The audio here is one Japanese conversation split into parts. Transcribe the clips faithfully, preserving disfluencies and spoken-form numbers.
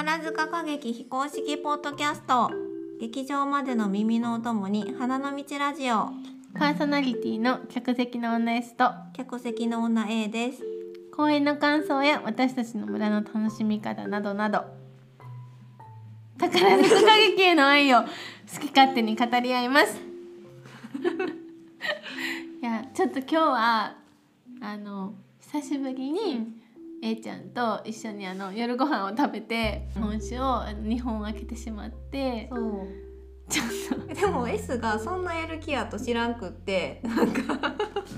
宝塚歌劇非公式ポッドキャスト、劇場までの耳のお供に花の道ラジオ、 パーソナリティの客席の女 S と客席の女 A です。 公演の感想や私たちの村の楽しみ方などなど、宝塚歌劇への愛を好き勝手に語り合いますいやちょっと今日はあの久しぶりに A ちゃんと一緒にあの夜ご飯を食べて日本酒をにほん開けてしまって、 そうちょっとでも S がそんなやる気やと知らんくって、なんか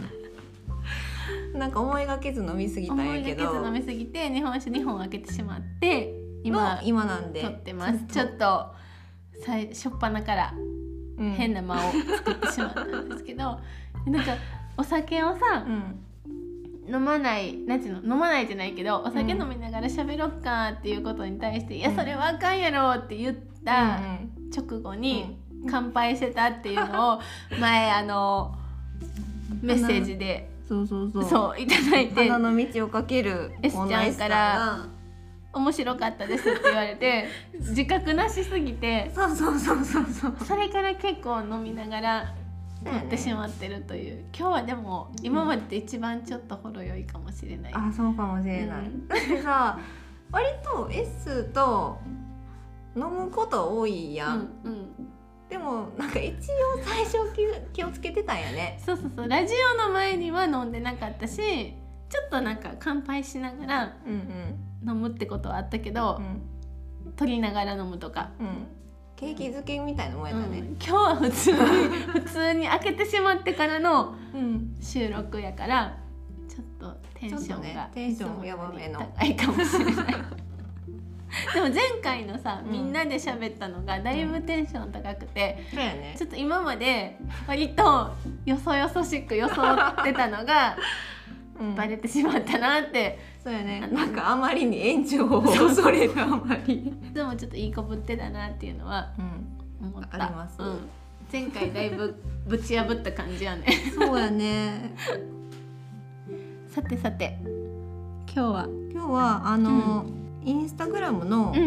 なんか思いがけず飲みすぎたんやけど、 思いがけず飲みすぎて日本酒にほん開けてしまって今今なんで撮ってます。ちょっと最初っ端から変な間を作ってしまったんですけど、うん、なんかお酒をさ、うん、飲まないなんていうの飲まないじゃないけどお酒飲みながら喋ろっかっていうことに対して、うん、いやそれはあかんやろって言った直後に乾杯してたっていうのを前あのメッセージでそうそうそうそういただいて、 花の道をかける S ちゃんから面白かったですって言われて自覚なしすぎてそうそうそうそうそうそれから結構飲みながら撮ってしまってるという、ね、今日はでも今までで一番ちょっとほろ酔いかもしれない、 うん、あそうかもしれない、うん、だってさ割と S と飲むこと多いやん、うんうん、でもなんか一応最初気, 気をつけてたんやね。 そうそうそうラジオの前には飲んでなかったしちょっとなんか乾杯しながら飲むってことはあったけど、うん、撮りながら飲むとか、うん、 ケーキ漬けみたいなもんやったね、うん、 今日は普通に普通に開けてしまってからの収録やからちょっとテンションが、ね、 テンションやばめの高いかもしれないでも前回のさ、うん、みんなで喋ったのがだいぶテンション高くて、うんね、ちょっと今まで割とよそよそしく装ってたのがうん、バレてしまったなって。 そうやね、なんかあまりに炎上を恐れるあまりでもちょっといい子ぶってたなっていうのは思った、うん、あります、うん、前回だいぶぶち破った感じやねそうやねさてさて今日は今日はあの、うん、インスタグラムの、うんうん、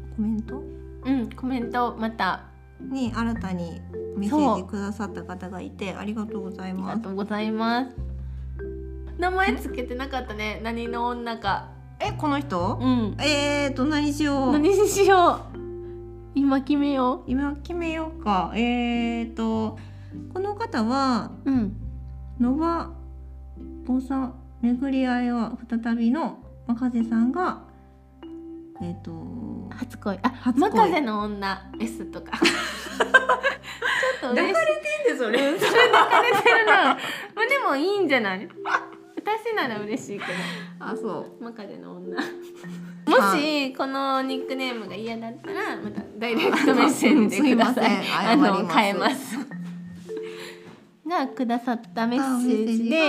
コメントうんコメントまたに新たにメッセージくださった方がいてありがとうございます。 ありがとうございます。名前つけてなかったね。何の女か。 えこの人？ うん。 えーと何しよう。 何にしよう。今決めよう。 今決めようか。えーとこの方は、うん、ノバボサ巡り合いは再びのマカゼさんがえーと初恋あ初恋マカゼの女 S とか。ちょっと抱かれてんでそれ。 うん、それ抱かれてるな。まあでもいいんじゃない？私なら嬉しいけど。 あ、そう。 マカゼの女。もしこのニックネームが嫌だったらまたダイレクトメッセージでください。あの変えます。がくださったメッセージで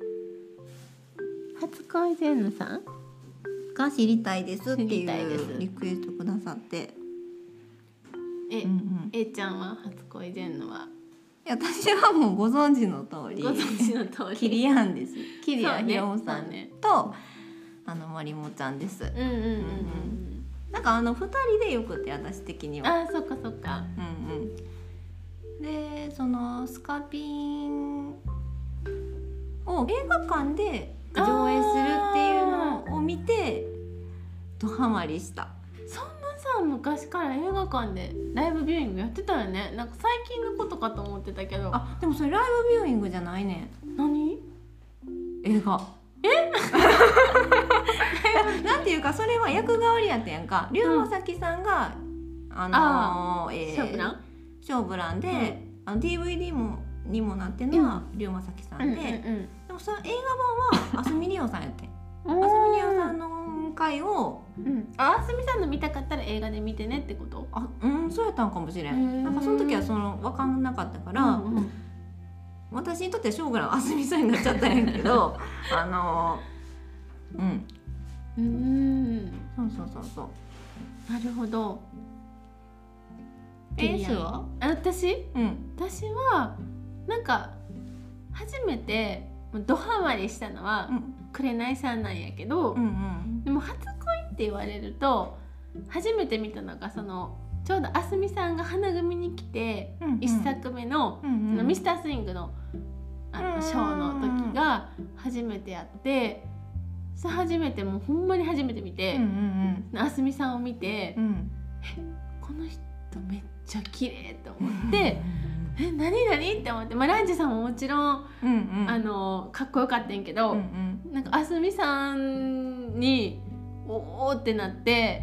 初恋ゼンヌさんが知りたいですっていうリクエストくださって。 え、うんうん、A ちゃんは初恋ゼンヌは？ 私はもうご存知の通りご存知の通りキリアンです。キリアンひろもさんと、ね、あのまりもちゃんです。うんうんうんうん、なんかあのふたりでよくて私的には。 あ、そっかそっか。 うんうん。でそのスカピンを映画館で上映するっていうのを見てドハマりした。 そんなさ昔から映画館でライブビューイングやってたよね。なんか最近のことかと思ってたけど。 あ、でもそれライブビューイングじゃないねん。 何？ 映画。え？なんていうかそれは役代わりやったやんか。龍馬咲さんが、うん、あのー、えー、ショーブラン？ショーブランで、うん、あの ディーブイディー もにもなってるのは龍馬咲さんで、うんうんうん、でもその映画版はあすみりおさんやって。あすみりおさんの回を、 うん、あすみさんの見たかったら映画で見てねってこと？ あ、うん、そうやったんかもしれん。なんかその時はその分かんなかったから、うんうん、私にとってはショーグランあすみさんになっちゃったんやけどあのうんうーんそうそうそうそうなるほど。 エースは？ 私？うん、私はなんか初めてドハマりしたのは、うん、紅さんなんやけど、うんうん、でも初恋って言われると初めて見たのがそのちょうどあすみさんが花組に来て、うんうん、いっさくめ の,、うんうん、そのミスタースイング の, あのショーの時が初めてやって、それ初めてもうほんまに初めて見て、うんうんうん、あすみさんを見て、うん、えこの人めっちゃ綺麗と思って、うんうん、え何何って思って、まあ、ランジさんももちろん、うんうん、あのかっこよかったんやけど、うんうん、なんかあすみさんにおーってなって、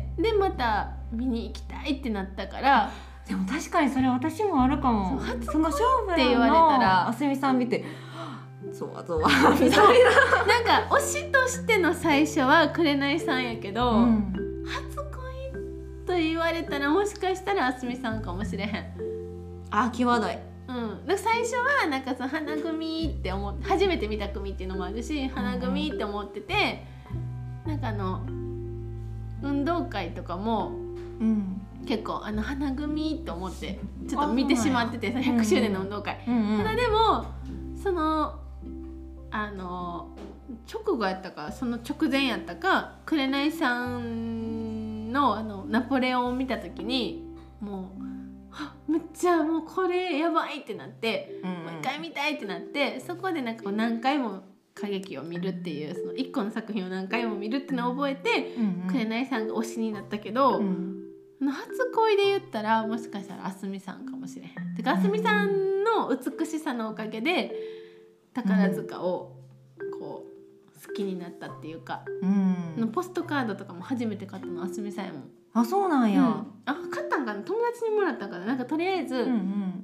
でまた見に行きたいってなったから。 でも確かにそれ私もあるかも。 そ, その勝負って言われたらあすみさん見てそうわそうわみたいな。なんか推しとしての最初は紅さんやけど、うん、初恋と言われたらもしかしたらあすみさんかもしれへん。 あ際どい。 うん、で最初はなんかその花組って思って初めて見た組っていうのもあるし、花組って思ってて、うん、なんかあの運動会とかも、うん、結構あの花組と思ってちょっと見てしまってて、そのひゃくしゅうねんの運動会、うんうん、ただでもそのあの直後やったかその直前やったか紅さん の, あのナポレオンを見た時にもうめっちゃもうこれやばいってなって、うんうん、もう一回見たいってなって、そこでなんか何回も歌劇を見るっていうそのいっこの作品を何回も見るっていうのを覚えて、うんうん、紅さんが推しになったけど、うん、初恋で言ったらもしかしたらあすみさんかもしれへん。てかあすみさんの美しさのおかげで宝塚をこう好きになったっていうか、うん、ポストカードとかも初めて買ったのあすみさんやもん。 あそうなんや、うん、 あ買ったんかな、友達にもらったんかな、なんかとりあえず、うんうん、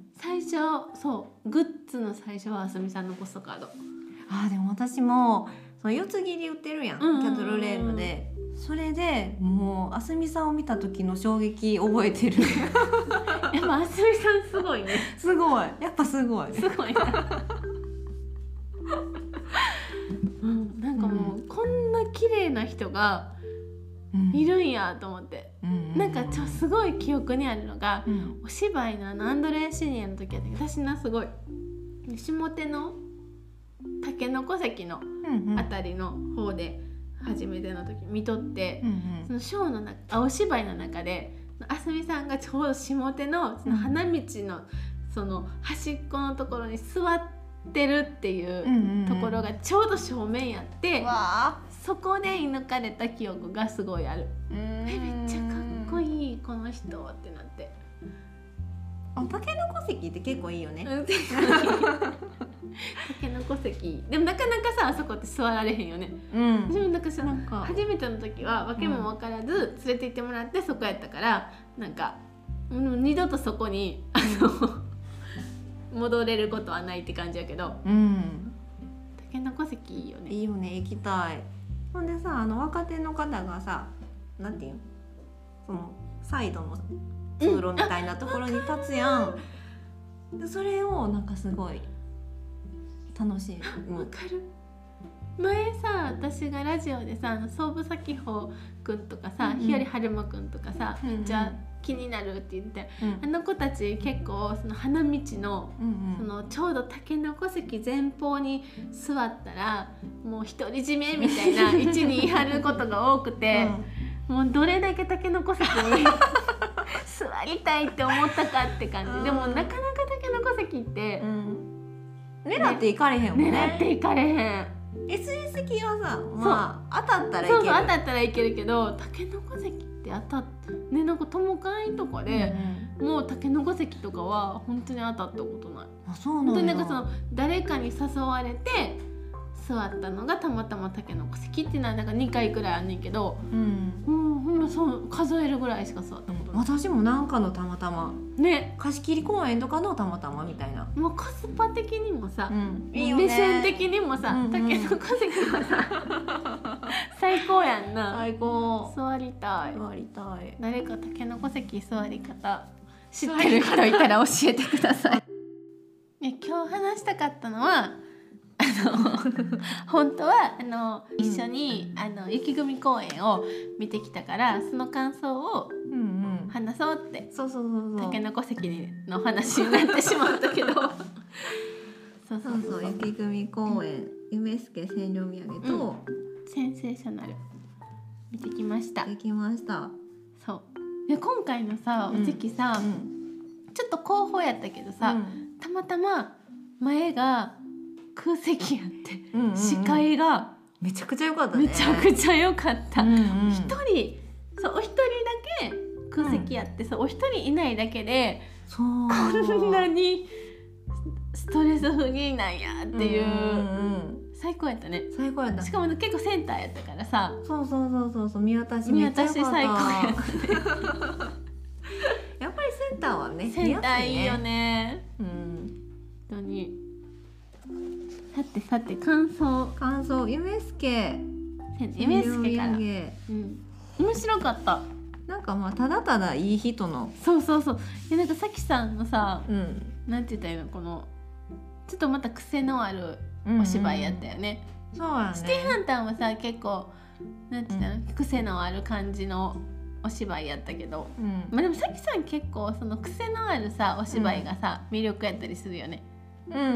最初そうグッズの最初はあすみさんのポストカード。 あでも私もその四つ切り売ってるやん、うんうんうん、キャトルレームで、それでもうあすみさんを見た時の衝撃覚えてる。 やっぱあすみさんすごいね。 すごいやっぱすごいすごいな。うん、なんかもう、うん、こんな綺麗な人がいるんやと思って、うん、なんかちょすごい記憶にあるのが、うん、お芝居のあのアンドレアシニアの時やったけど、私なすごい下手の竹の子関のあたりの方で初めての時見とって、うんうん、そのショーの中お芝居の中であすみさんがちょうど下手 の, その花道のその端っこのところに座ってるっていうところがちょうど正面やって、うんうん、そこで射抜かれた記憶がすごいある。えめっちゃかっこいいこの人ってなって。 あ竹の子席って結構いいよね。 竹の子席でもなかなかさあそこって座られへんよね、うん、私もなんかさなんか初めての時は訳も分からず連れて行ってもらってそこやったからなんか二度とそこにあの戻れることはないって感じやけど、うん、竹の子席いいよね。 いいよね行きたい。ほんでさあの若手の方がさなんていうそのサイドの通路みたいなところに立つやん、うん、でそれをなんかすごい楽しい。 わかる。前さ私がラジオでさ総武咲穂くんとかさ、うん、日和春馬くんとかさ、うん、めっちゃ気になるって言って、うん、あの子たち結構その花道の、うんうん、そのちょうど竹の子席前方に座ったらもう独り占めみたいな位置にいることが多くて、うん、もうどれだけ竹の子席に座りたいって思ったかって感じ。でもなかなか竹の子席って、うん狙っていかれへんもんね。 狙っていかれへん。 エスエス 級はさ、まあ当たったらいける。 そうそう当たったらいけるけど、竹の子席って当たってねなんか友会とかで、うんうん、もう竹の子席とかは本当に当たったことない。 あそうなんや。 本当になんかその誰かに誘われて座ったのがたまたま竹の子席っていうのはなんかにかいくらいあんねんけど、うん、もうほんまそう数えるぐらいしか座ったことない。 私もなんかのたまたまね貸し切り公演とかのたまたまみたいな。 もうコスパ的にもさ、うん、いいよね、目線的にもさ、うんうん、竹の子席はさ最高やんな。 最高。 座りたい座りたい。 誰か竹の子席座り方知ってる人いたら教えてください。いや今日話したかったのはあの本当はあの、うん、一緒にあの雪組公演を見てきたからその感想を話そうって、うんうん、 そうそうそうそう竹の子席の話になってしまったけどそうそうそう雪組公演、うん、夢助千両土産と、 うん、センセーショナル見てきました。 見てきました。 そうで今回のさおじきさ、うん、ちょっと後方やったけどさ、うん、たまたま前が空席やって、うんうんうん、視界がめちゃくちゃ良かったね。 めちゃくちゃ良かった。うんうん、一人そうお一人だけ空席やって、うん、そうお一人いないだけでこんなにストレスフリーなんやっていう、うんうんうん、最高やったね。 最高やった。 しかも結構センターやったからさ、 そうそうそうそうそう見渡しめっちゃ良かった。見渡し最高やったね。やっぱりセンターはね、 センターいいよね。うん、本当に。さてさて感想感想夢助夢助から、うん、面白かった。 なんかまあただただいい人のそうそうそういやなんかさきさんのさ、うん、なんて言ったらいいのこのちょっとまた癖のあるお芝居やったよね。 うんうん、そうやね。 シティハンターはさ結構なんて言ったの、うん、癖のある感じのお芝居やったけど、うん、まあでもさきさん結構その癖のあるさお芝居がさ、うん、魅力やったりするよね。うんうんうんうん、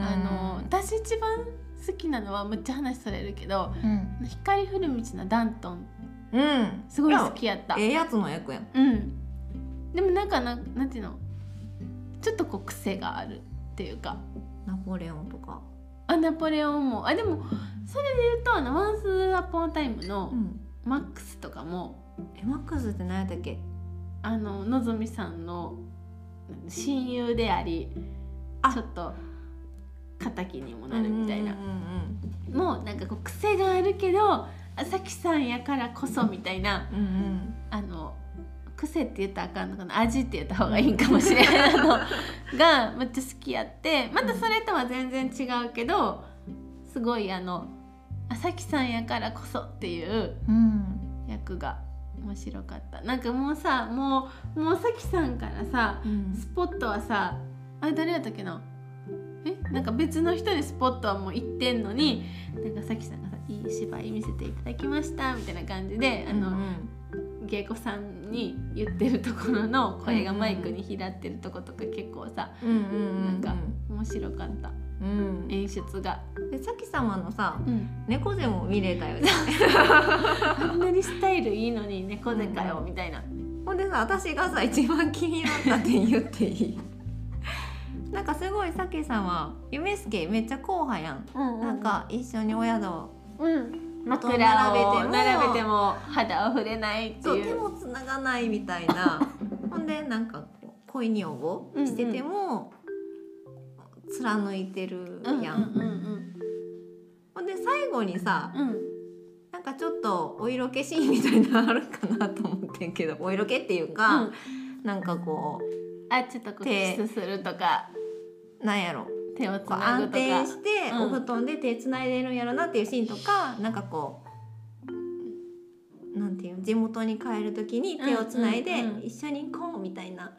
あの私一番好きなのはむっちゃ話それるけど、うん、光降る道のダントン、うん、すごい好きやった。 ええやつの役やん。 うん。でもなんかななんていうのちょっとこう癖があるっていうか。 ナポレオンとか。 あナポレオンもあでもそれで言うとあのワンスアポンタイムのマックスとかも、 うん、えマックスって何やったっけ？ あののぞみさんの親友であり。ちょっと敵にもなるみたいな、うんうんうん、もうなんかこう癖があるけどさきさんやからこそみたいな、うんうん、あの癖って言ったらあかんのかな味って言った方がいいかもしれないのがめっちゃ好きやってまたそれとは全然違うけどすごいあのさきさんやからこそっていう役が面白かった。なんかもうさもうもうさきさんからさ、うん、スポットはさあれ誰やったっけなえなんか別の人にスポットはもう行ってんのになんかさきさんがさいい芝居見せていただきましたみたいな感じであの、うんうん、芸妓さんに言ってるところの声がマイクに拾ってるとことか結構さ、うんうん、なんか面白かった、うん、演出がでさき様のさ、うん、猫背も見れたよねあんなにスタイルいいのに猫背かよ、うん、みたいな。 ほんでさ私がさ一番気になったって言っていいなんかすごいさきさんは夢助めっちゃ硬派やん、うんうん、なんか一緒にお宿を、うん、 枕を並べても並べても肌を触れないっていう手もつながないみたいなほんでなんかこう恋女房してても、うんうん、貫いてるやん、うんうんうんうん、ほんで最後にさ、うん、なんかちょっとお色気シーンみたいなのあるかなと思ってんけどお色気っていうか、うん、なんかこうあちょっとこうキスするとかなんやろ手をつなぐとか安定してお布団で手つないでるんやろなっていうシーンとか、うん、なんかこうなんていうの地元に帰る時に手をつないで一緒に行こうみたいな、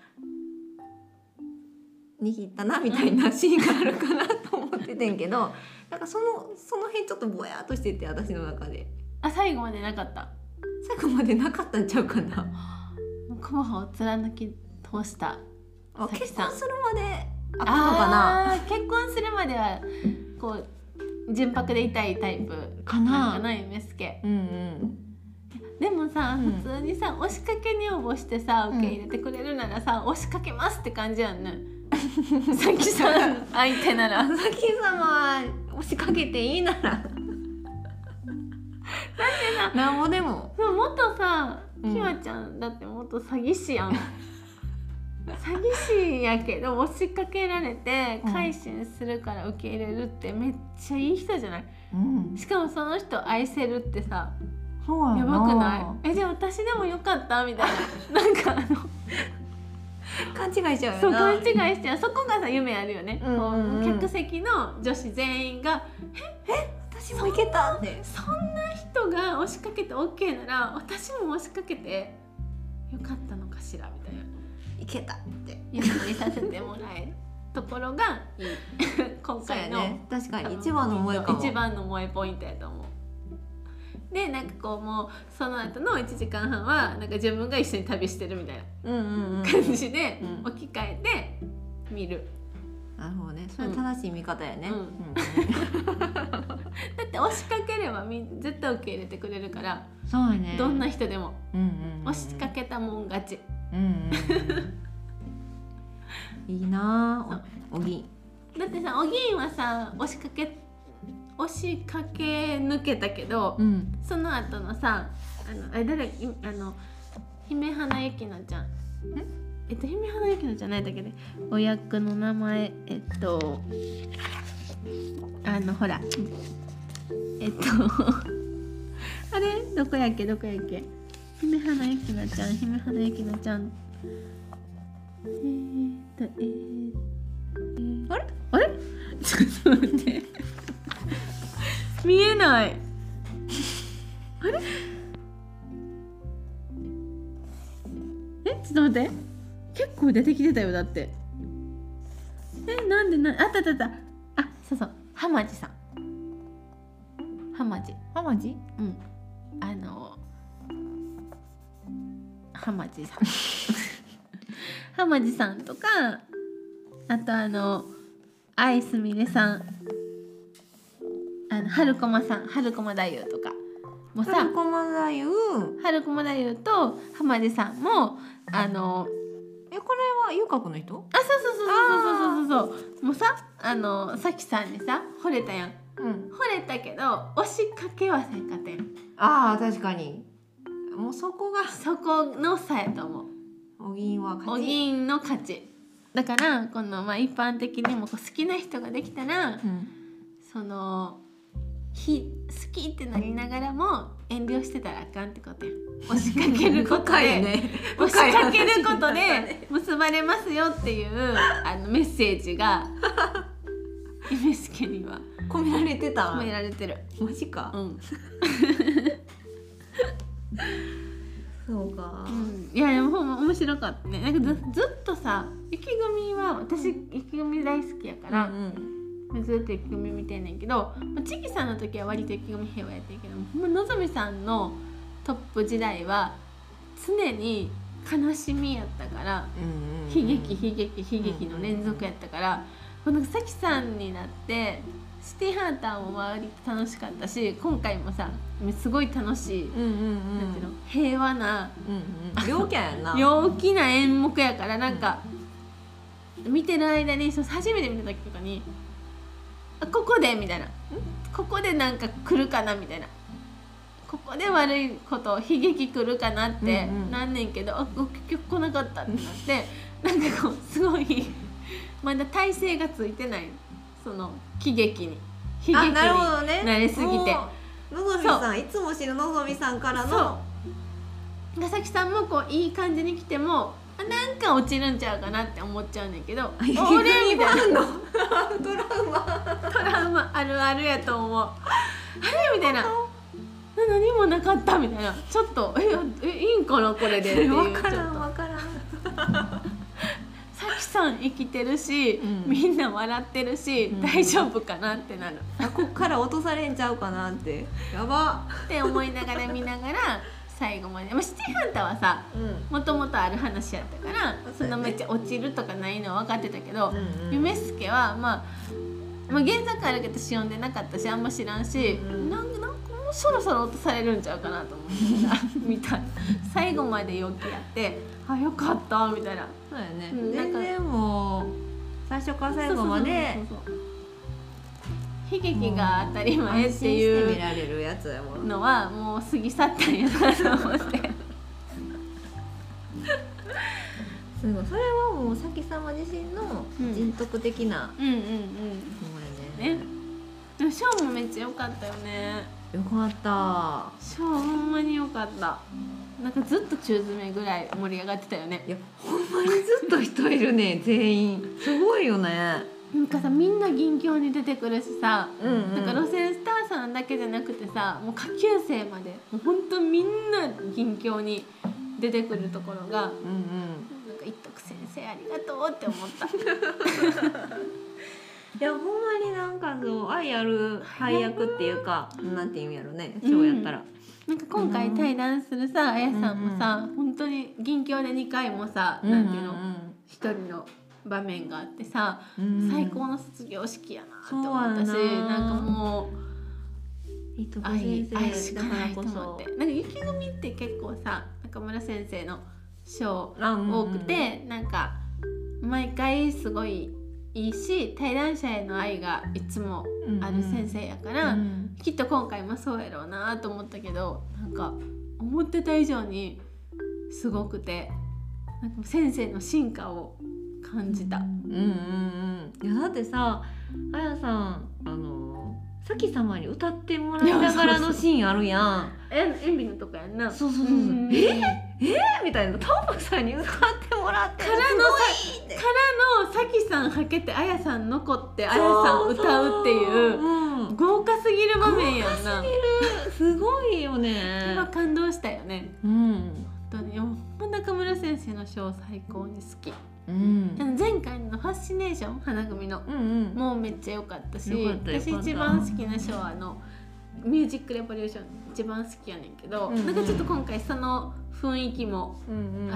握ったなみたいなシーンがあるかなと思っててんけどなんかそのその辺ちょっとぼやっとしてて私の中であ最後までなかった最後までなかったんちゃうかなコマを貫き通したあ結婚するまであったのかな。 あ結婚するまではこう純白でいたいタイプかなかな夢助、うんうん、でもさ、うん、普通にさ押しかけ女房してさ受け入れてくれるならさ、うん、押しかけますって感じやんねさきさん相手ならさき様押しかけていいならだってさなんぼでもそう元さきわちゃんだって元詐欺師やん詐欺師やけど押しかけられて改心するから受け入れるってめっちゃいい人じゃない、うん、しかもその人愛せるってさそうやなやばくないえじゃあ私でもよかったみたいななんかあの勘違いしちゃうよなそう勘違いしちゃうそこがさ夢あるよね、うんうんうん、客席の女子全員がええ私もいけたってそんな人が押しかけて OK なら私も押しかけてよかったのかしらみたいないけたって夢にさせてもらえるところがいい今回の、ね、 確かに一番の萌えかも一番の萌えポイントやと思うでなんかこうもうその後のいちじかんはんはなんか自分が一緒に旅してるみたいな感じで置き換えて見る、 なるほどねそれ正しい見方やね、うんうん、 だって押しかけれはみん絶対受け入れてくれるから、 そうね、 どんな人でも、 うんうんうん、 押しかけたもん勝ち、 うんうんうん、いいなおぎんだってさ、おぎんはさ押しかけ押しかけ抜けたけど、うん、その後のさあのあれ誰あの姫花ゆきのちゃんえっと姫花ゆきのちゃん何だっけね、お役の名前えっとあのほらえっとあれどこやっけどこやっけ姫花ゆきのちゃん姫花ゆきのちゃんえー、っとえー、えー、あれあれちょっと待って見えないあれえちょっと待って結構出てきてたよだってえなんでなあったあったあったあそうそう浜地さん浜地浜地うんあの浜地さん浜地さんとかあとあの愛すみれさんあの春駒さん春駒太夫とかもうさ春駒太夫春駒太夫と浜地さんもあのえこれは遊郭の人あそうそうそうそうそうそうそうそうもうさあのさきさんにさ惚れたやん、うん、惚れたけど押しかけはせんかったやんあー確かにもうそこがそこの差やと思うお銀は勝ちお銀の勝ちだからこの、まあ、一般的にもこう好きな人ができたら、うん、そのひ好きってなりながらも遠慮してたらあかんってことや押しかけることで、ね、押しかけることで結ばれますよっていうあのメッセージが夢助には込められてた込められてるマジか、 うんそうか、 うん、いやでもほんま面白かったねなんか ず, ずっとさ雪組は私雪組大好きやから、うんうん、ずっと雪組見てんねんけどちぎさんの時は割と雪組平和やってんけどほんまのぞみさんのトップ時代は常に悲しみやったから、うんうん、悲劇悲劇悲劇の連続やったから、うんうん、このさきさんになってシティハンターも割と楽しかったし今回もさすごい楽しい、うんうんうん、なんていうの平和な、 うんうん、陽気やんな陽気な演目やからなんか、うん、見てる間にその初めて見た時とかにあここでみたいなここでなんか来るかなみたいなここで悪いこと悲劇来るかなってなんねんけど、うんうん、あ結局来なかったってなってなんかこうすごいまだ体勢がついてないその喜劇に悲劇になりすぎて、 のぞみさんいつも知るのぞみさんからのがさきさんもこういい感じに来てもなんか落ちるんちゃうかなって思っちゃうねんけど俺みたいなトラウマトラウマあるあるやと思うあれみたいな何もなかったみたいなちょっとええいいんかなこれでっていう分からん分からんさきさん生きてるし、うん、みんな笑ってるし、うん、大丈夫かなってなるあこっから落とされんちゃうかなってやばって思いながら見ながら最後まで、まあ、シティハンターはさもともとある話やったから、うん、そんなめっちゃ落ちるとかないのは分かってたけど、うんうん、夢助は、まあ、まあ原作あるけど読んでなかったしあんま知らんし、うん、なんかなんかもうそろそろ落とされるんちゃうかなと思って見た最後まで陽気やってあよかったみたいなそうやね、うん、全然もう最初から最後まで悲劇が当たり前っていうのはもう過ぎ去ったんやなと思ってすごいそれはもうさき様自身の人徳的なうんうんうんうんねでもショーもめっちゃ良かったよねよかったショーほんまに良かったなんかずっと中詰めぐらい盛り上がってたよねいやほんまにずっと人いるね全員すごいよねなんかさみんな銀鏡に出てくるしさ、うんうん、なんか路線スターさんだけじゃなくてさもう下級生までもうほんとみんな銀鏡に出てくるところが、うんうん、なんか一徳先生ありがとうって思ったいやほんまになんかそう愛ある配役っていうかなんていうんやろねショーやったら、 うん、なんか今回対談するさあやさんもさ、うんうん、本当に銀鏡でにかいもさ、うんうん、なんていうの一人の場面があってさ、うん、最高の卒業式やなって思ったしなんかもういとこ先生だからこそ、 なんか雪組って結構さ中村先生の賞多くて、うんうん、なんか毎回すごいいいし対談者への愛がいつもある先生やから、うんうん、きっと今回もそうやろうなと思ったけど、なんか思ってた以上にすごくて、なんか先生の進化を感じた。うんうんうん。いやだってさ、あやさんあのさき様に歌ってもらいながらのシーンあるやん。 え、塩ビのとこやんな。 そうそうそうそう。えー、えー、みたいなトップさんに歌ってもらってからのさからのさきさんはけてあやさん残ってあやさん歌うっていう、うん、豪華すぎる場面やんな。 豪華すぎる。すごいよね。 今感動したよね。うん。本当に中村先生のショー最高に好き。うん、前回のファッシネーション花組の、うんうん、もうめっちゃ良かったし、私一番好きなショーはあのミュージックレボリューション一番好きやねんけど、うんうん、なんかちょっと今回その雰囲気もあって、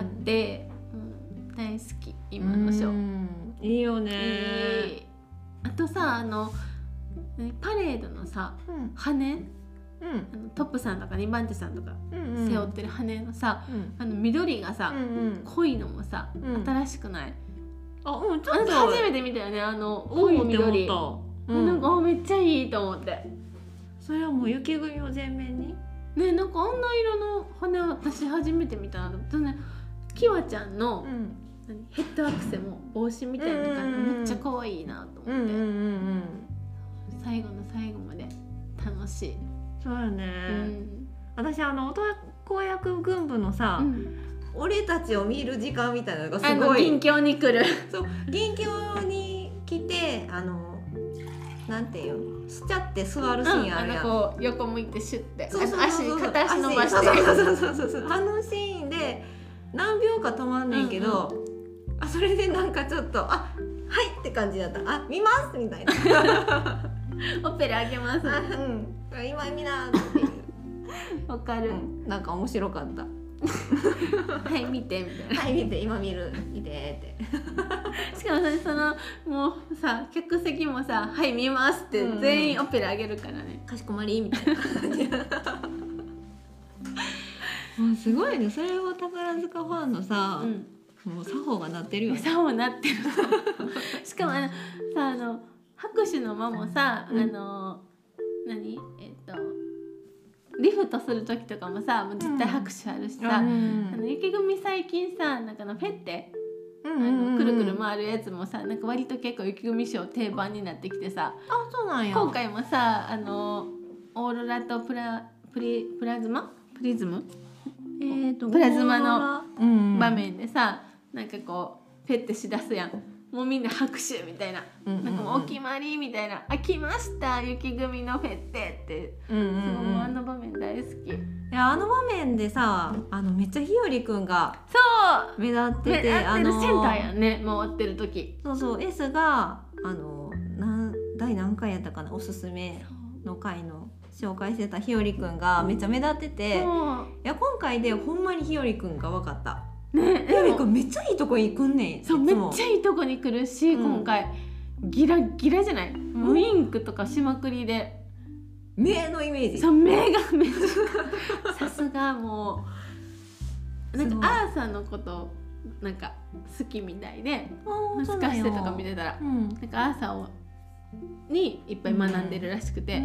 うんうん、大好き今のショー、うん、 いいよね、 えー、あとさあのパレードのさ、うん、羽うん、あのトップさんとかにばん手さんとか背負ってる羽のさ、うん、あの緑がさ、うんうん、濃いのもさ、うん、新しくない？ あ、うん、ちょっと初めて見たよね、あの濃い緑、うん、なんかめっちゃいいと思って。 それはもう雪組を全面にね、なんかあんな色の羽私初めて見たなと思ってね。きわちゃんの、うん、ヘッドアクセも帽子みたいな感じ、めっちゃ可愛いなと思って、うんうんうんうん、最後の最後まで楽しい。 そうよね、うん、私あの男役軍部のさ、うん、俺たちを見る時間みたいなのがすごい銀鏡に来るそう銀鏡に来てあのなんていうスチャって座るシーンあるやん、うん、 あのこう横向いてシュッてそうそうそうそう足片足伸ばしてそうそうそうそうそうあのシーンで何秒か止まんねんけど、うんうん、あそれでなんかちょっとあはいって感じだった。あ見ますみたいなオペラあげます、 あ、うん、今見なっていうわかる、うん、なんか面白かったはい見てみたいなはい見て今見る見てってしかもそのもうさ客席もさはい見ますって全員オペラあげるからね、 うん、かしこまりみたいな感じもうすごいね、それを宝塚ファンのさ、うん、もう作法がなってるよね。 作法なってるしかもあのさあの拍手の間もさ、うん、あの何えっとリフトする時とかもさもう絶対拍手あるしさ、うん、あの雪組最近さなんかのフェッテ、うんうんうん、あのくるくる回るやつもさなんか割と結構雪組ショー定番になってきてさ、 あそうなんや。 今回もさあのオーロラとプラプリプラズマプリズム、えー、とプラズマの場面でさ、うん、なんかこうフェッテしだすやん。もうみんな拍手みたいな、うんうんうん、なんかもうお決まりみたいな、あ来ました雪組のフェッテって、うんうんうん、あの場面大好き。いやあの場面でさあのめっちゃひよりくんがそう目立ってて、 目立ってるセンターやんね、回ってる時。 そうそう S があのなん第何回やったかなおすすめの回の紹介してたひよりくんがめっちゃ目立ってて、いや今回でほんまにひよりくんが分かった。ね、ひよりくんめっちゃいいとこに来んねん。 そうめっちゃいいとこに来るし、うん、今回ギラギラじゃない、うん、ウインクとかしまくりで目のイメージ。 そう目がめっちゃさすがもうなんかアーサーのことなんか好きみたいでスカステとか見てたら、うん、なんかアーサーをにいっぱい学んでるらしくて、うん、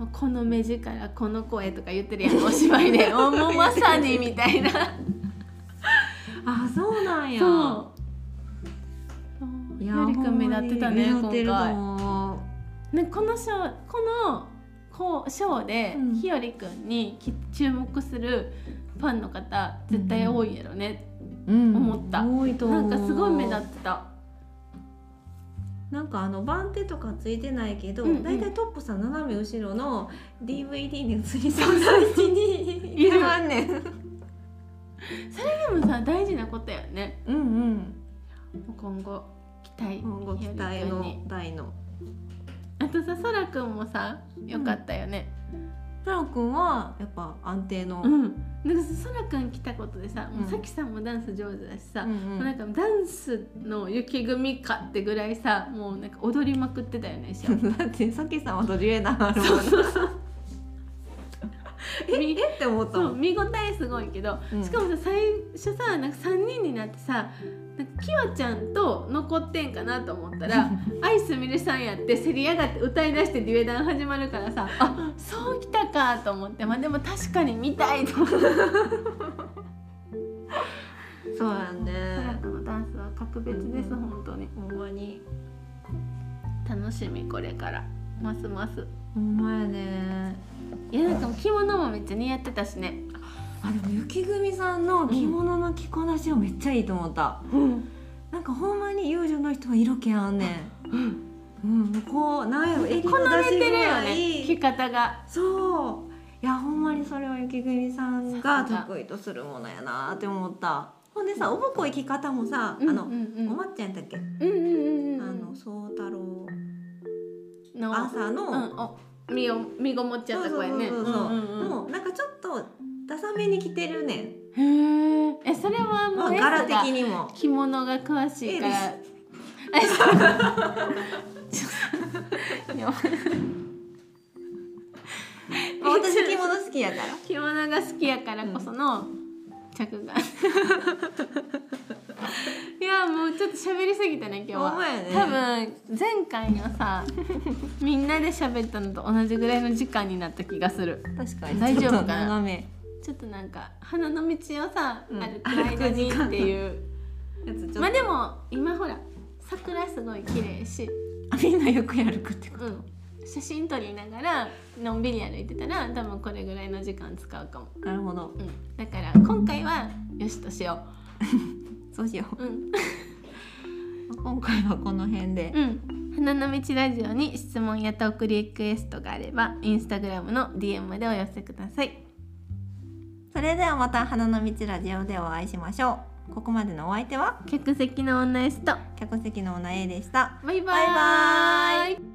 この目力この声とか言ってるやんお芝居でもうまさにみたいなあ、そうなんや。 そう。ひよりくん目立ってたね今回。ねこのショーこのこうショーでひよりくんに注目するファンの方絶対多いやろね、うん、思った。多いと思う。なんかすごい目立ってた。 なんかあの番手とかついてないけど、うんうん、だいたいトップさん斜め後ろの ディーブイディー に映りそうな位置にいるわんねん。 それでもさ大事なことやね。うんうん。今後期待。 今後期待の大の。 あとさそらくんもさよかったよね。 そらくんはやっぱ安定の。 うん。なんかそらくん来たことでさ、うん、もうさきさんもダンス上手だしさ、うんうん、もうなんかダンスの雪組かってぐらいさもうなんか踊りまくってたよね。 だってさきさんは踊りえながら。 そうそうそう。 ええって思ったもん。 見応えすごいけど、うん、しかもさ最初さなんかさんにんになってさなんかきわちゃんと残ってんかなと思ったらアイスミルさんやって競り上がって歌い出してデュエダン始まるからさあそうきたかと思って、まあ、でも確かに見たいと思ってそうやね。 このダンスは格別です、うん、本当にほんまに楽しみこれからますます。 ほんまやね。 いやなんか着物もめっちゃ似合ってたしね。 あでも雪組さんの着物の着こなしはめっちゃいいと思った、うん、なんかほんまに遊女の人は色気あんねん、うんうん、こうなんやろ襟の出し具合着方がそういやほんまにそれは雪組さんが得意とするものやなって思った。ほんでさおぼこい着方もさ、うんうんうん、あのおまっちゃんだっけ、うんうんうん、あの宗太郎の朝の、うん、 お身を身ごもっちゃった子やね。 もうなんかちょっとダサめに着てるねん。 へえ。えそれはもう柄的にも着物が詳しいから。 私着物好きやから。 着物が好きやからこその着眼。いやもうちょっと喋りすぎたね今日は。 ね、 多分前回のさみんなで喋ったのと同じぐらいの時間になった気がする。 確かに大丈夫かな。ちょっとなんか花の道をさ、うん、歩く間にっていうやつまあでも今ほら桜すごい綺麗しみんなよく歩くってこと、うん、 写真撮りながらのんびり歩いてたら多分これぐらいの時間使うかも。 なるほど、 うん、だから今回はよしとしようそうしよう、 うん、 今回はこの辺で、 うん、花の道ラジオに質問やトークリクエストがあればインスタグラムの ディーエム までお寄せください。 それではまた花の道ラジオでお会いしましょう。ここまでのお相手は客席の女 S と客席の女 A でした。 バイバイ。バイバイ。